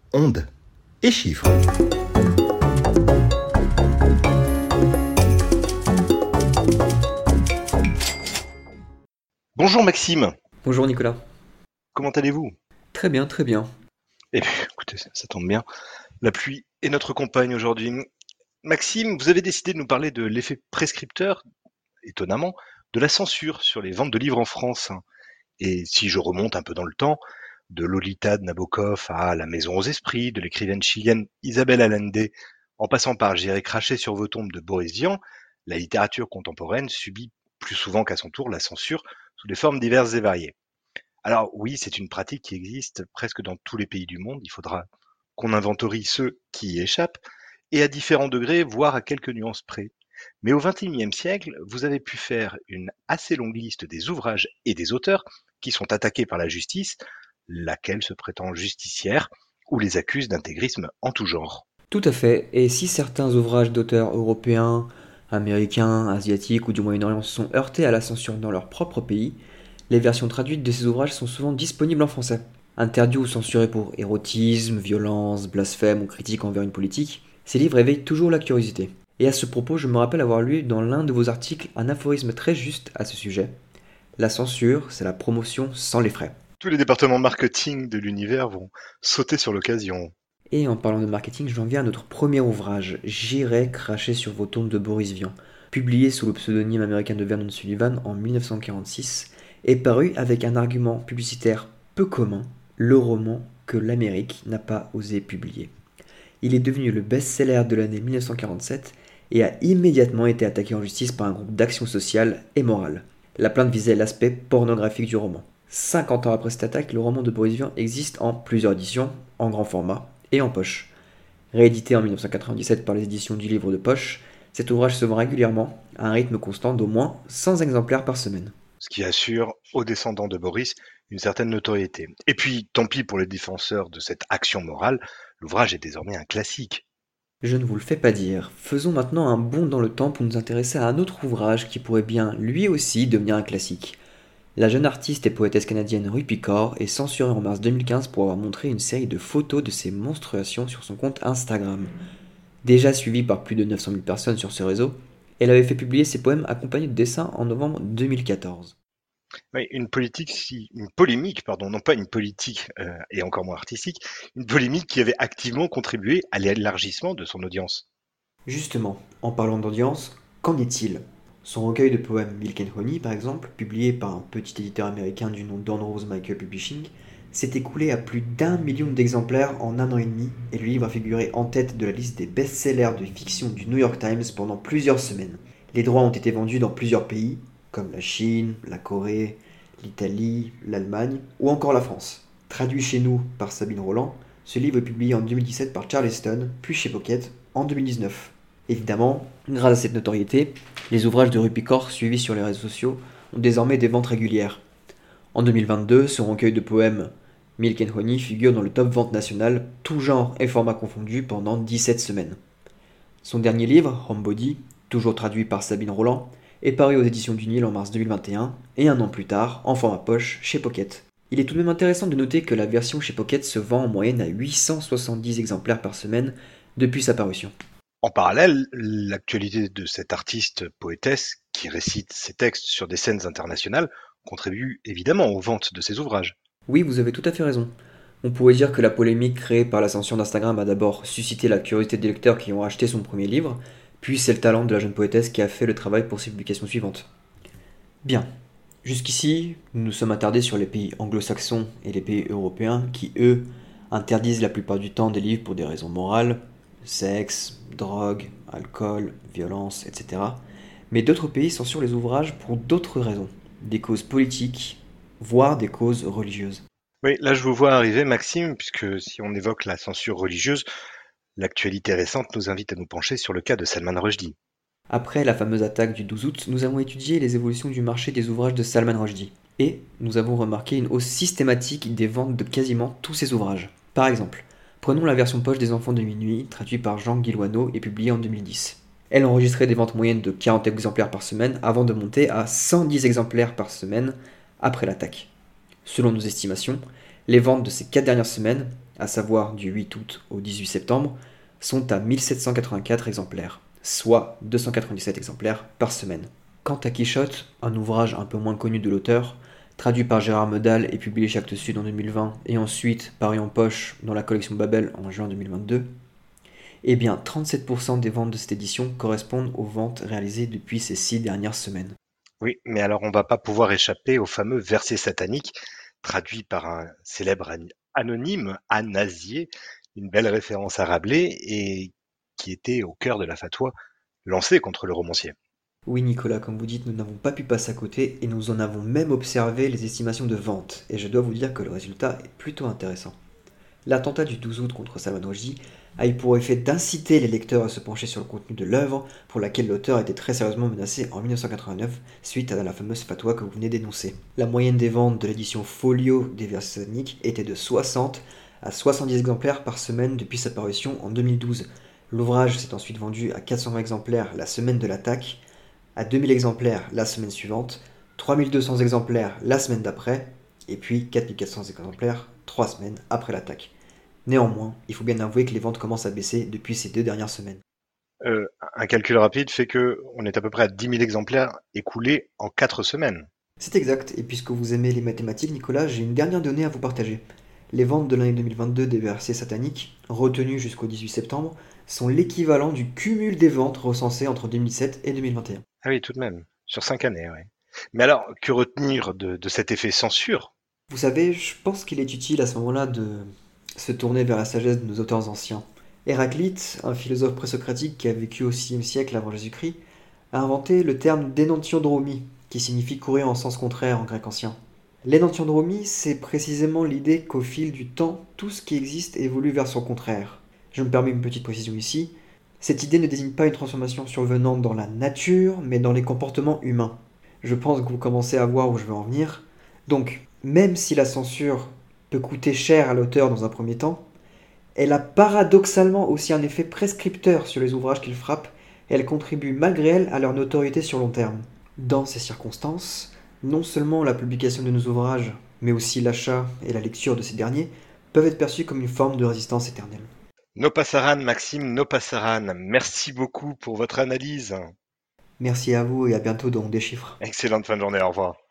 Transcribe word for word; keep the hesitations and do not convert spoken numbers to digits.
ondes et chiffres. Bonjour Maxime, Bonjour Nicolas. comment allez-vous? Très bien, très bien. Eh bien, écoutez, ça, ça tombe bien. La pluie est notre compagne aujourd'hui. Maxime, vous avez décidé de nous parler de l'effet prescripteur, étonnamment, de la censure sur les ventes de livres en France. Et si je remonte un peu dans le temps, de Lolita de Nabokov à La Maison aux Esprits, de l'écrivaine chilienne Isabelle Allende, en passant par J'irai cracher sur vos tombes de Boris Vian, la littérature contemporaine subit plus souvent qu'à son tour la censure sous des formes diverses et variées. Alors oui, c'est une pratique qui existe presque dans tous les pays du monde. Il faudra qu'on inventorie ceux qui y échappent, et à différents degrés, voire à quelques nuances près. Mais au vingt et unième siècle, vous avez pu faire une assez longue liste des ouvrages et des auteurs qui sont attaqués par la justice, laquelle se prétend justicière, ou les accuse d'intégrisme en tout genre. Tout à fait. Et si certains ouvrages d'auteurs européens, américains, asiatiques ou du Moyen-Orient se sont heurtés à la censure dans leur propre pays, les versions traduites de ces ouvrages sont souvent disponibles en français. Interdits ou censurés pour érotisme, violence, blasphème ou critique envers une politique, ces livres éveillent toujours la curiosité. Et à ce propos, je me rappelle avoir lu dans l'un de vos articles un aphorisme très juste à ce sujet. La censure, c'est la promotion sans les frais. Tous les départements marketing de l'univers vont sauter sur l'occasion. Et en parlant de marketing, j'en viens à notre premier ouvrage, J'irai cracher sur vos tombes de Boris Vian, publié sous le pseudonyme américain de Vernon Sullivan en mille neuf cent quarante-six, et paru avec un argument publicitaire peu commun, le roman que l'Amérique n'a pas osé publier. Il est devenu le best-seller de l'année mille neuf cent quarante-sept et a immédiatement été attaqué en justice par un groupe d'action sociale et morale. La plainte visait l'aspect pornographique du roman. cinquante ans après cette attaque, le roman de Boris Vian existe en plusieurs éditions, en grand format et en poche. Réédité en mille neuf cent quatre-vingt-dix-sept par les éditions du Livre de Poche, cet ouvrage se vend régulièrement à un rythme constant d'au moins cent exemplaires par semaine. Ce qui assure aux descendants de Boris une certaine notoriété. Et puis, tant pis pour les défenseurs de cette action morale, l'ouvrage est désormais un classique. Je ne vous le fais pas dire. Faisons maintenant un bond dans le temps pour nous intéresser à un autre ouvrage qui pourrait bien, lui aussi, devenir un classique. La jeune artiste et poétesse canadienne Rupi Kaur est censurée en mars deux mille quinze pour avoir montré une série de photos de ses menstruations sur son compte Instagram. Déjà suivie par plus de neuf cent mille personnes sur ce réseau, elle avait fait publier ses poèmes accompagnés de dessins en novembre deux mille quatorze. Oui, une politique, si, une polémique, pardon, non pas une politique euh, et encore moins artistique, une polémique qui avait activement contribué à l'élargissement de son audience. Justement, en parlant d'audience, qu'en est-il? Son recueil de poèmes Milk and Honey, par exemple, publié par un petit éditeur américain du nom d'Anne Rose Michael Publishing, s'est écoulé à plus d'un million d'exemplaires en un an et demi et le livre a figuré en tête de la liste des best-sellers de fiction du New York Times pendant plusieurs semaines. Les droits ont été vendus dans plusieurs pays, comme la Chine, la Corée, l'Italie, l'Allemagne ou encore la France. Traduit chez nous par Sabine Roland, ce livre est publié en deux mille dix-sept par Charleston, puis chez Pocket en deux mille dix-neuf. Évidemment, grâce à cette notoriété, les ouvrages de Rupi Kaur suivis sur les réseaux sociaux ont désormais des ventes régulières. En deux mille vingt-deux, son recueil de poèmes Milk and Honey figure dans le top vente national, tout genre et format confondus, pendant dix-sept semaines. Son dernier livre, Homebody, toujours traduit par Sabine Roland, est paru aux éditions du Nil en mars deux mille vingt et un, et un an plus tard, en format poche, chez Pocket. Il est tout de même intéressant de noter que la version chez Pocket se vend en moyenne à huit cent soixante-dix exemplaires par semaine depuis sa parution. En parallèle, l'actualité de cette artiste poétesse qui récite ses textes sur des scènes internationales contribue évidemment aux ventes de ses ouvrages. Oui, vous avez tout à fait raison. On pourrait dire que la polémique créée par l'ascension d'Instagram a d'abord suscité la curiosité des lecteurs qui ont acheté son premier livre, puis c'est le talent de la jeune poétesse qui a fait le travail pour ses publications suivantes. Bien. Jusqu'ici, nous nous sommes attardés sur les pays anglo-saxons et les pays européens qui, eux, interdisent la plupart du temps des livres pour des raisons morales, sexe, drogue, alcool, violence, et cetera. Mais d'autres pays censurent les ouvrages pour d'autres raisons, des causes politiques, voire des causes religieuses. Oui, là je vous vois arriver, Maxime, puisque si on évoque la censure religieuse, l'actualité récente nous invite à nous pencher sur le cas de Salman Rushdie. Après la fameuse attaque du douze août, nous avons étudié les évolutions du marché des ouvrages de Salman Rushdie. Et nous avons remarqué une hausse systématique des ventes de quasiment tous ses ouvrages. Par exemple, prenons la version poche des Enfants de minuit, traduite par Jean Guillouanneau et publiée en deux mille dix. Elle enregistrait des ventes moyennes de quarante exemplaires par semaine avant de monter à cent dix exemplaires par semaine après l'attaque. Selon nos estimations, les ventes de ces quatre dernières semaines à savoir du huit août au dix-huit septembre, sont à mille sept cent quatre-vingt-quatre exemplaires, soit deux cent quatre-vingt-dix-sept exemplaires par semaine. Quant à Quichotte, un ouvrage un peu moins connu de l'auteur, traduit par Gérard Medal et publié chez Actes Sud en deux mille vingt, et ensuite paru en poche dans la collection Babel en juin deux mille vingt-deux, eh bien trente-sept pour cent des ventes de cette édition correspondent aux ventes réalisées depuis ces six dernières semaines. Oui, mais alors on va pas pouvoir échapper au fameux verset satanique, traduit par un célèbre an- anonyme, Anasier, une belle référence à Rabelais, et qui était au cœur de la fatwa lancée contre le romancier. Oui Nicolas, comme vous dites, nous n'avons pas pu passer à côté et nous en avons même observé les estimations de vente, et je dois vous dire que le résultat est plutôt intéressant. L'attentat du douze août contre Salman Rushdie a eu pour effet d'inciter les lecteurs à se pencher sur le contenu de l'œuvre pour laquelle l'auteur était très sérieusement menacé en mille neuf cent quatre-vingt-neuf suite à la fameuse fatwa que vous venez d'énoncer. La moyenne des ventes de l'édition folio des versets sataniques était de soixante à soixante-dix exemplaires par semaine depuis sa parution en deux mille douze. L'ouvrage s'est ensuite vendu à quatre cent vingt exemplaires la semaine de l'attaque, à deux mille exemplaires la semaine suivante, trois mille deux cents exemplaires la semaine d'après, et puis quatre mille quatre cents exemplaires trois semaines après l'attaque. Néanmoins, il faut bien avouer que les ventes commencent à baisser depuis ces deux dernières semaines. Euh, un calcul rapide fait que on est à peu près à dix mille exemplaires écoulés en quatre semaines. C'est exact, et puisque vous aimez les mathématiques, Nicolas, j'ai une dernière donnée à vous partager. Les ventes de l'année deux mille vingt-deux des versets sataniques, retenues jusqu'au dix-huit septembre, sont l'équivalent du cumul des ventes recensées entre deux mille sept et deux mille vingt et un. Ah oui, tout de même, sur cinq années, oui. Mais alors, que retenir de, de cet effet censure? Vous savez, je pense qu'il est utile à ce moment-là de se tourner vers la sagesse de nos auteurs anciens. Héraclite, un philosophe présocratique qui a vécu au sixième siècle avant Jésus-Christ, a inventé le terme d'énantiodromie, qui signifie courir en sens contraire en grec ancien. L'énantiodromie, c'est précisément l'idée qu'au fil du temps, tout ce qui existe évolue vers son contraire. Je me permets une petite précision ici. Cette idée ne désigne pas une transformation survenant dans la nature, mais dans les comportements humains. Je pense que vous commencez à voir où je veux en venir. Donc, même si la censure peut coûter cher à l'auteur dans un premier temps, elle a paradoxalement aussi un effet prescripteur sur les ouvrages qu'il frappe, et elle contribue malgré elle à leur notoriété sur long terme. Dans ces circonstances, non seulement la publication de nos ouvrages, mais aussi l'achat et la lecture de ces derniers peuvent être perçus comme une forme de résistance éternelle. No passaran, Maxime, no passaran. Merci beaucoup pour votre analyse. Merci à vous et à bientôt dans On déchiffre. Excellente fin de journée, au revoir.